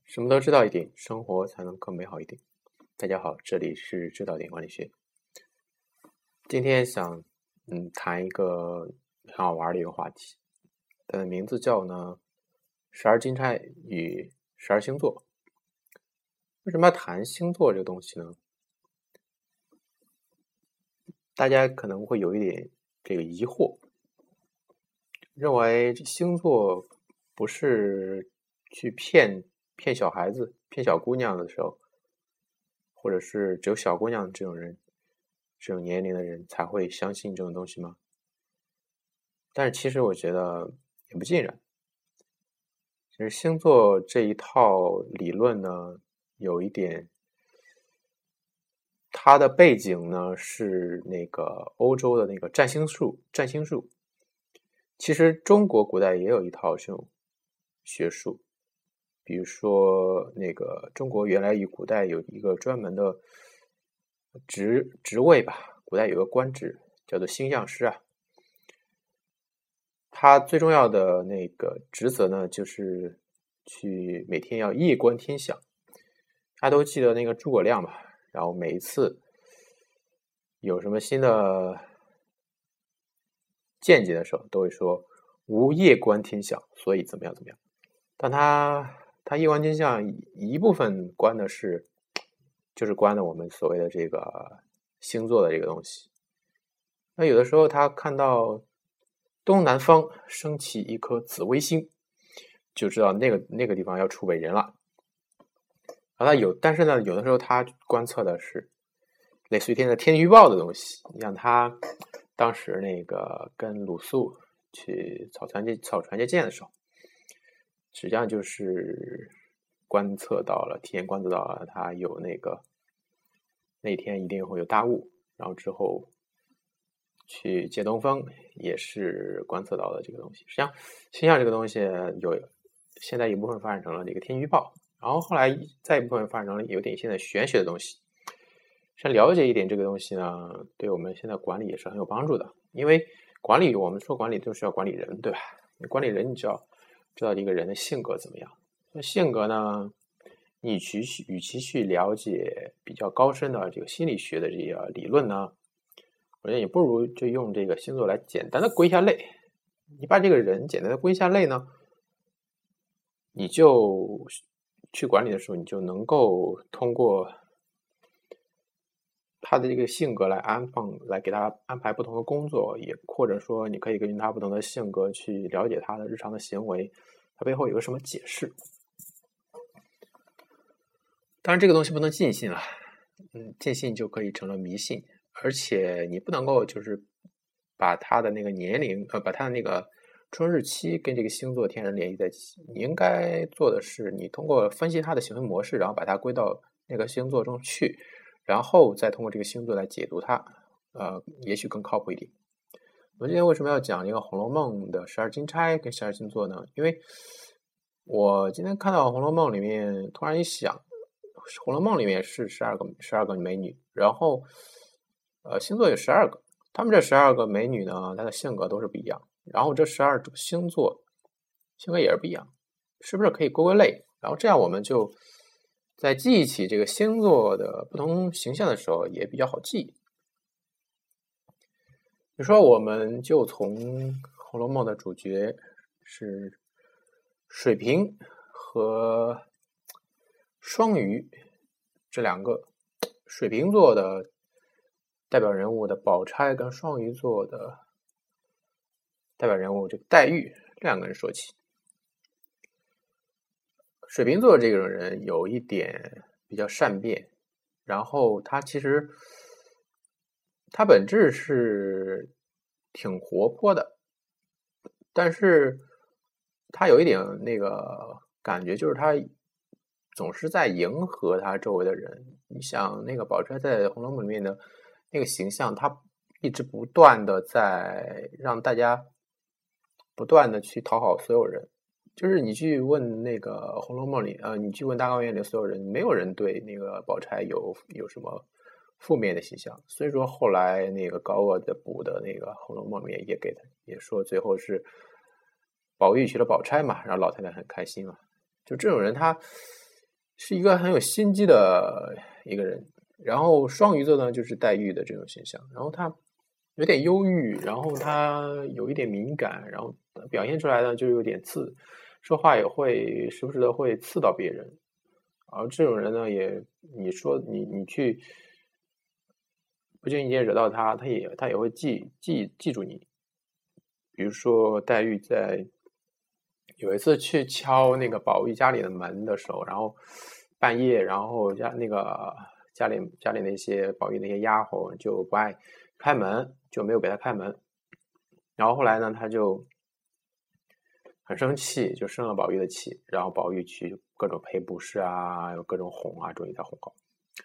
什么都知道一点，生活才能更美好一点。大家好，这里是知道点管理学。今天想谈一个很好玩的一个话题，它的名字叫十二金钗与十二星座。为什么要谈星座这个东西呢？大家可能会有一点这个疑惑，认为星座不是去骗小孩子、骗小姑娘的时候，或者是只有小姑娘这种人、这种年龄的人才会相信这种东西吗？但是其实我觉得也不尽然。其实星座这一套理论呢，有一点，它的背景呢是那个欧洲的那个占星术。其实中国古代也有一套这种学术，比如说那个中国原来与古代有一个专门的职位吧，古代有个官职叫做星象师啊。他最重要的那个职责呢，就是去每天要夜观天象。大家都记得那个诸葛亮吧？然后每一次有什么新的见解的时候，都会说吾夜观天象，所以怎么样怎么样。但他夜观天象一部分观的是，就是观的我们所谓的这个星座的这个东西。那有的时候他看到东南方升起一颗紫微星，就知道那个地方要出伟人了。然后但是呢，有的时候他观测的是类似于天气预报的东西。你像他当时那个跟鲁肃去草船借箭的时候，实际上就是体验观测到了他有那天一定会有大雾，然后之后去借东风也是观测到的这个东西。实际上星象这个东西现在一部分发展成了这个天气预报，然后后来再一部分发展成了有点现在玄学的东西。像了解一点这个东西呢，对我们现在管理也是很有帮助的。因为我们说管理都是要管理人，对吧？管理人你就要知道一个人的性格怎么样。那性格呢，你与其去了解比较高深的这个心理学的这个理论呢，我觉得你不如就用这个星座来简单的归一下类。你把这个人简单的归一下类呢，你就去管理的时候，你就能够通过他的这个性格来给他安排不同的工作，也或者说你可以根据他不同的性格去了解他的日常的行为，他背后有个什么解释。当然这个东西不能尽信了，尽信就可以成了迷信。而且你不能够就是把他的那个年龄把他的那个出生日期跟这个星座天然联系在一起。你应该做的是，你通过分析他的行为模式，然后把它归到那个星座中去，然后再通过这个星座来解读它，也许更靠谱一点。我们今天为什么要讲这个《红楼梦》的十二金钗跟十二星座呢？因为我今天看到《红楼梦》里面，突然一想，《红楼梦》里面是十二个美女，然后星座有12个，她们这12个美女呢，她的性格都是不一样，然后这12种星座性格也是不一样，是不是可以归类？然后这样我们就在记忆起这个星座的不同形象的时候也比较好记。比如说我们就从《红楼梦》的主角是水瓶和双鱼这两个，水瓶座的代表人物的宝钗跟双鱼座的代表人物这个黛玉这两个人说起。水瓶座这个人有一点比较善变，然后他其实他本质是挺活泼的，但是他有一点那个感觉，就是他总是在迎合他周围的人。你想那个宝钗在《红楼梦》里面的那个形象，他一直不断的在让大家不断的去讨好所有人。就是你去问那个《红楼梦》里你去问大观园里的所有人，没有人对那个宝钗有什么负面的形象。所以说后来那个高鹗的补的那个《红楼梦》里面也说最后是宝玉娶了宝钗嘛，然后老太太很开心嘛。就这种人他是一个很有心机的一个人。然后双鱼座呢，就是黛玉的这种形象，然后他有点忧郁，然后他有一点敏感，然后表现出来呢就有点刺，说话也会时不时的会刺到别人。而这种人呢，你说你去不经意间惹到他，他也会记住你。比如说黛玉在有一次去敲那个宝玉家里的门的时候，然后半夜，然后家里那些宝玉那些丫鬟就不爱开门，就没有给他开门。然后后来呢，他就很生气，就生了宝玉的气，然后宝玉去各种赔不是啊，有各种哄啊，终于才哄好。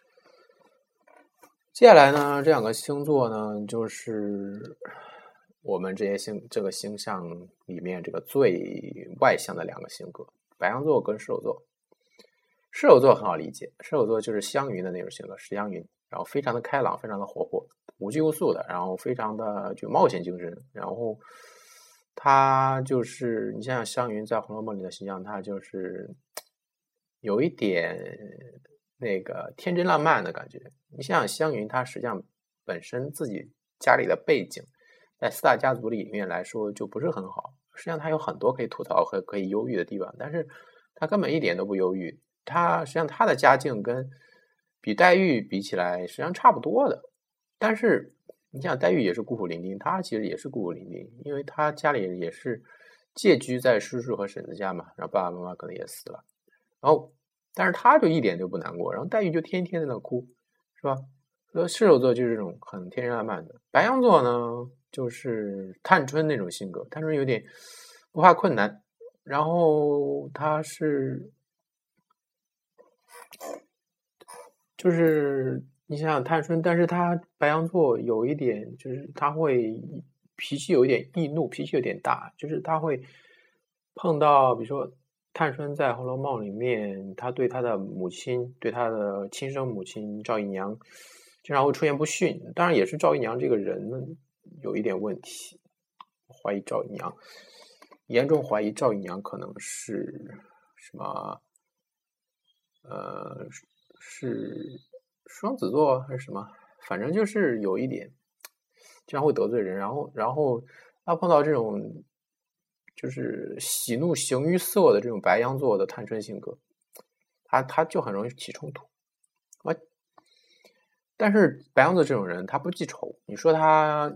接下来呢，这两个星座呢，就是我们这个星象里面这个最外向的两个性格，白羊座跟射手座。射手座很好理解，射手座就是香云的那种性格，石香云，然后非常的开朗，非常的活泼，无拘无束的，然后非常的就冒险精神。然后他就是你想想香云在《红楼梦》里的形象，他就是有一点那个天真烂漫的感觉。你想想香云，他实际上本身自己家里的背景，在四大家族里面来说就不是很好，实际上他有很多可以吐槽和可以忧郁的地方，但是他根本一点都不忧郁。他实际上他的家境跟比黛玉比起来实际上差不多的，但是你想黛玉也是孤苦伶仃，他其实也是孤苦伶仃，因为他家里也是借居在叔叔和婶子家嘛，然后爸爸妈妈可能也死了，然后但是他就一点就不难过，然后黛玉就天天在那哭，是吧？所以射手座就是这种很天真烂漫的。白羊座呢就是探春那种性格，探春有点不怕困难，然后他是就是你想想探春，但是他白羊座有一点就是他会脾气有一点易怒，脾气有点大，就是他会碰到比如说探春在《红楼梦》里面，他对他的母亲，对他的亲生母亲赵姨娘经常会出言不逊，当然也是赵姨娘这个人呢有一点问题，怀疑赵姨娘，严重怀疑赵姨娘可能是什么是双子座还是什么？反正就是有一点，经常会得罪人。然后他碰到这种就是喜怒形于色的这种白羊座的探春性格，他就很容易起冲突。但是白羊座这种人，他不记仇。你说他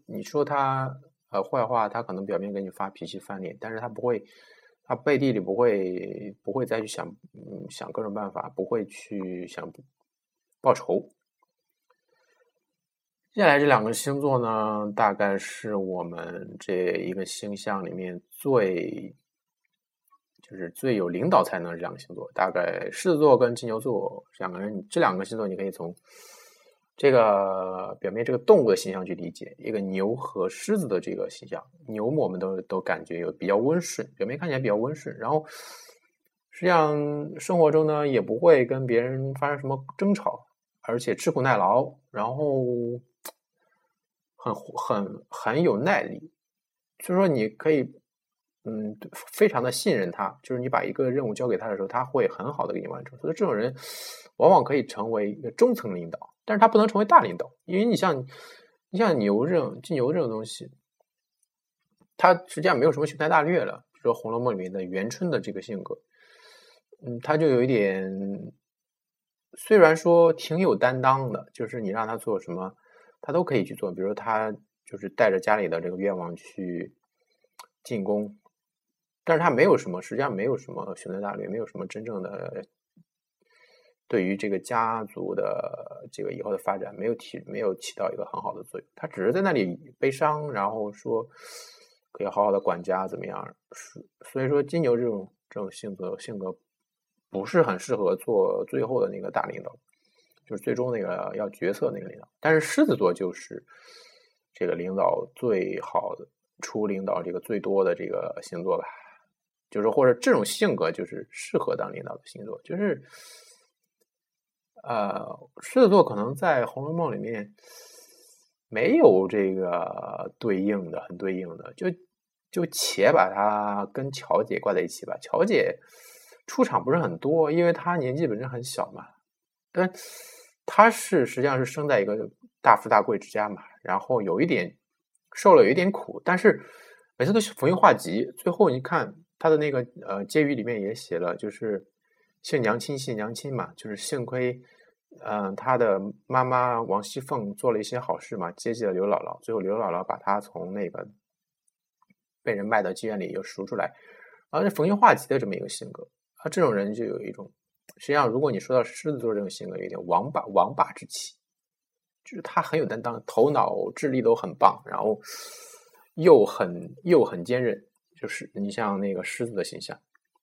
坏话，他可能表面给你发脾气翻脸，但是他不会。他背地里不会再去想各种办法，不会去想报仇。接下来这两个星座呢，大概是我们这一个星象里面最有领导才能这两个星座，大概狮子座跟金牛座这两个星座，你可以从这个表面这个动物的形象去理解，一个牛和狮子的这个形象。牛我们都感觉有比较温顺，表面看起来比较温顺，然后实际上生活中呢也不会跟别人发生什么争吵，而且吃苦耐劳，然后很有耐力，所以说你可以非常的信任他，就是你把一个任务交给他的时候，他会很好的给你完成。所以这种人往往可以成为一个中层领导，但是他不能成为大领导，因为你像金牛这种东西，他实际上没有什么雄才大略了。比如说《红楼梦》里面的元春的这个性格，他就有一点，虽然说挺有担当的，就是你让他做什么，他都可以去做。比如说他就是带着家里的这个愿望去进宫，但是他实际上没有什么雄才大略，没有什么真正的对于这个家族的这个以后的发展没有起到一个很好的作用。他只是在那里悲伤，然后说可以好好的管家怎么样。所以说金牛这种性格不是很适合做最后的那个大领导，就是最终那个要决策那个领导。但是狮子座就是这个领导最好的，领导这个最多的这个星座吧，就是或者这种性格就是适合当领导的星座，就是狮子座可能在《红楼梦》里面没有这个很对应的，就且把它跟乔姐挂在一起吧。乔姐出场不是很多，因为他年纪本身很小嘛。但他实际上是生在一个大富大贵之家嘛，然后受了有一点苦，但是每次都逢迎化吉。最后你看他的那个结语里面也写了，就是幸娘亲嘛，就是幸亏他的妈妈王熙凤做了一些好事嘛，接济了刘姥姥，最后刘姥姥把他从那个被人卖到妓院里又赎出来，然后是逢迎化吉的这么一个性格。这种人就有一种，实际上如果你说到狮子座这种性格，有点王霸之气，就是他很有担当，头脑智力都很棒，然后又很坚韧，就是你像那个狮子的形象。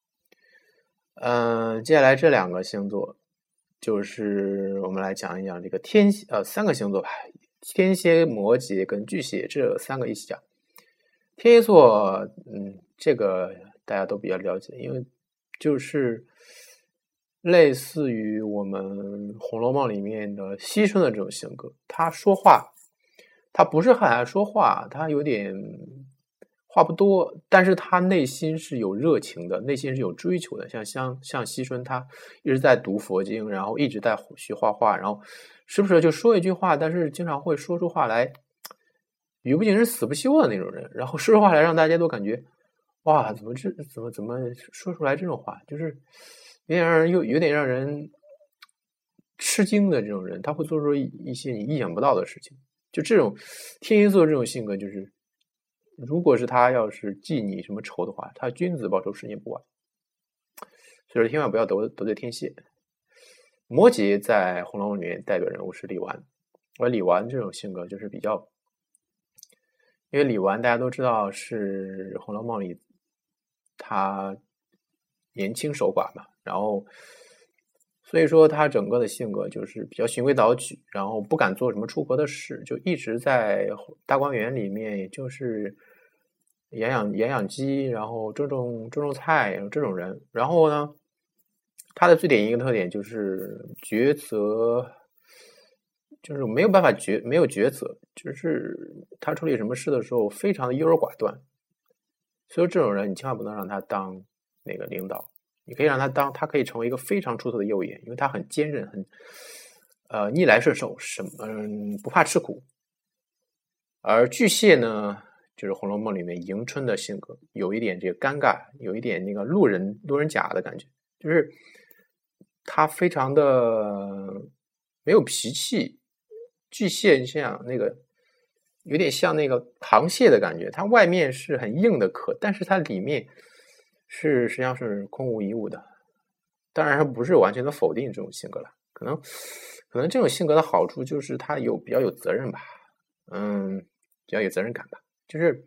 接下来这2个星座，就是我们来讲一讲这个3个星座吧，天蝎、摩羯跟巨蟹这3个一起讲。天蝎座，这个大家都比较了解，因为就是类似于我们《红楼梦》里面的惜春的这种性格。他说话，他不是很爱说话，他有点话不多，但是他内心是有热情的，内心是有追求的。像惜春，他一直在读佛经，然后一直在学画画，然后时不时就说一句话，但是经常会说出话来语不惊人死不休的那种人，然后说出话来让大家都感觉哇，怎么说出来这种话，就是有点让人吃惊的这种人，他会做出一些你意想不到的事情。就这种天蝎座这种性格，就是如果是他要是记你什么仇的话，他君子报仇，十年不晚。所以说千万不要得罪天蝎。摩羯在《红楼梦》里面代表人物是李纨，而李纨这种性格就是比较，因为李纨大家都知道是《红楼梦》里他年轻守寡嘛，然后所以说他整个的性格就是比较循规蹈矩，然后不敢做什么出格的事，就一直在大观园里面，也就是养鸡，然后种菜这种人。然后呢，他的最典型的特点就是抉择，就是没有办法没有抉择，就是他处理什么事的时候非常的优柔寡断。所以这种人你千万不能让他当那个领导，你可以让他可以成为一个非常出色的右眼，因为他很坚韧，很逆来顺受，不怕吃苦。而巨蟹呢，就是《红楼梦》里面迎春的性格，有一点这个尴尬，有一点那个路人甲的感觉，就是他非常的没有脾气。巨蟹像那个有点像那个螃蟹的感觉，它外面是很硬的壳，但是它里面实际上是空无一物的。当然它不是完全的否定这种性格了，可能这种性格的好处就是他比较有责任吧，比较有责任感吧，就是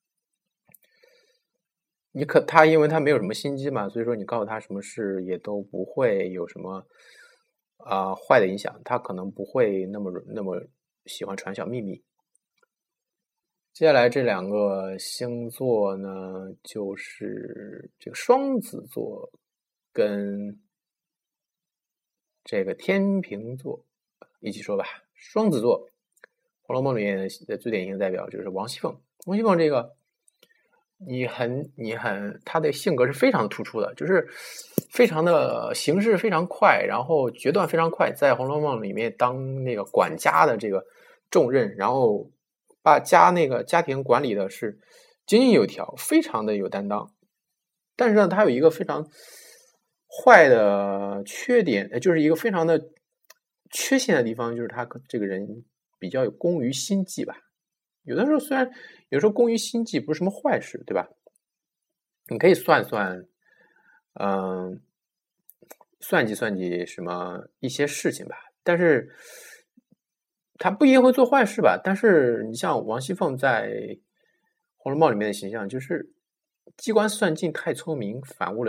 他因为他没有什么心机嘛，所以说你告诉他什么事也都不会有什么坏的影响，他可能不会那么喜欢传小秘密。接下来这2个星座呢，就是这个双子座跟这个天秤座一起说吧。双子座，《红楼梦》里面的最典型的代表就是王熙凤。王熙凤这个，她的性格是非常突出的，就是非常的行事非常快，然后决断非常快，在《红楼梦》里面当那个管家的这个重任，然后把那个家庭管理的是井井有条，非常的有担当。但是呢，他有一个非常坏的缺点，就是一个非常的缺陷的地方，就是他这个人比较有工于心计吧。有的时候虽然有时候工于心计不是什么坏事，对吧？你可以算计什么一些事情吧，但是他不一定会做坏事吧。但是你像王熙凤在《红楼梦》里面的形象，就是机关算尽太聪明，反误了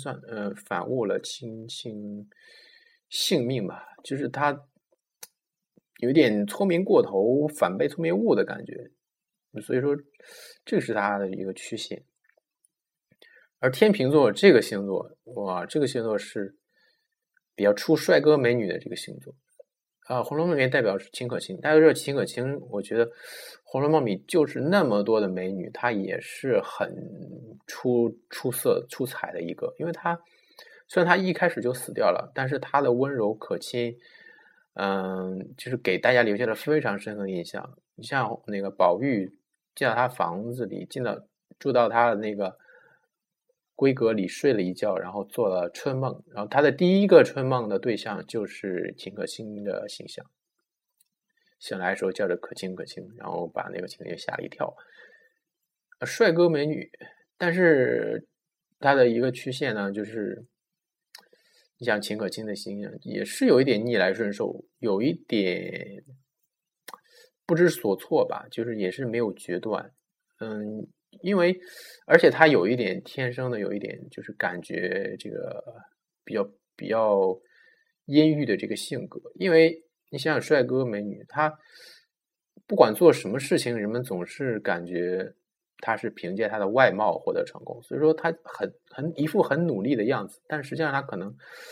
卿性命吧，就是他有点聪明过头，反被聪明误的感觉，所以说这是他的一个缺陷。而天秤座这个星座，哇，这个星座是比较出帅哥美女的这个星座《红楼梦》里面代表是秦可卿，大家都知道秦可卿，我觉得《红楼梦》里就是那么多的美女，她也是很出色出彩的一个，因为她虽然他一开始就死掉了，但是他的温柔可亲，就是给大家留下了非常深刻的印象。你像那个宝玉进到他房子里，住到他的那个闺阁里睡了一觉，然后做了春梦，然后他的第一个春梦的对象就是秦可卿的形象。醒来的时候叫着可卿可卿，然后把那个秦可卿吓了一跳。帅哥美女，但是他的一个缺陷呢，就是你像秦可卿的形象也是有一点逆来顺受，有一点不知所措吧，就是也是没有决断。因为而且他有一点天生的有一点就是感觉这个比较阴郁的这个性格。因为你想想帅哥美女，他不管做什么事情，人们总是感觉他是凭借他的外貌获得成功，所以说他一副很努力的样子，但实际上他可能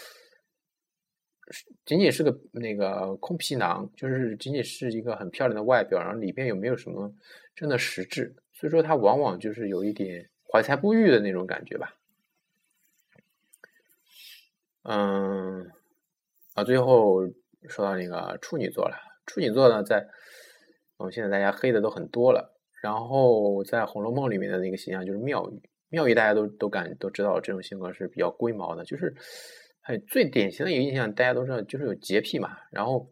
仅仅是个那个空皮囊，就是仅仅是一个很漂亮的外表，然后里边有没有什么真的实质，所以说他往往就是有一点怀才不遇的那种感觉吧。最后说到那个处女座了，处女座呢，在我们现在大家黑的都很多了，然后在《红楼梦》里面的那个形象就是妙玉，妙玉大家都知道这种性格是比较龟毛的，就是最典型的一个印象大家都知道就是有洁癖嘛，然后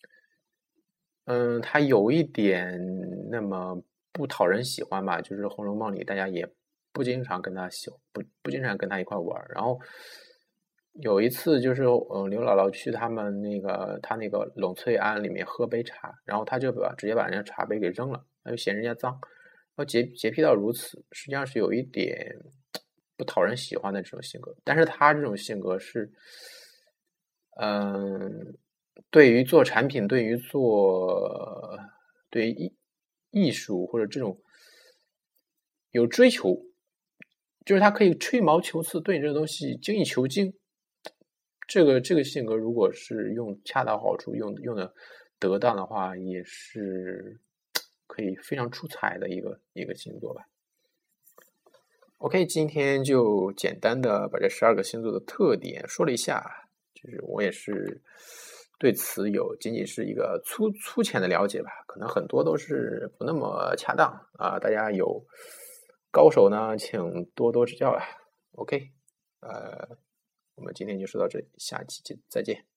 他有一点那么不讨人喜欢吧，就是《红楼梦》里大家也不经常跟他不经常跟他一块玩，然后有一次就是刘姥姥去他那个栊翠庵里面喝杯茶，然后他就直接把人家茶杯给扔了，他就嫌人家脏，然后洁癖到如此，实际上是有一点不讨人喜欢的这种性格。但是他这种性格是对于做产品，对于艺术或者这种有追求，就是他可以吹毛求疵，对你这个东西精益求精。这个性格如果是用恰到好处，用的得当的话，也是可以非常出彩的一个星座吧。OK， 今天就简单的把这12个星座的特点说了一下，就是我也是对此仅仅是一个粗浅的了解吧，可能很多都是不那么恰当啊，大家有高手呢，请多多指教啊。OK，我们今天就说到这里，下期再见。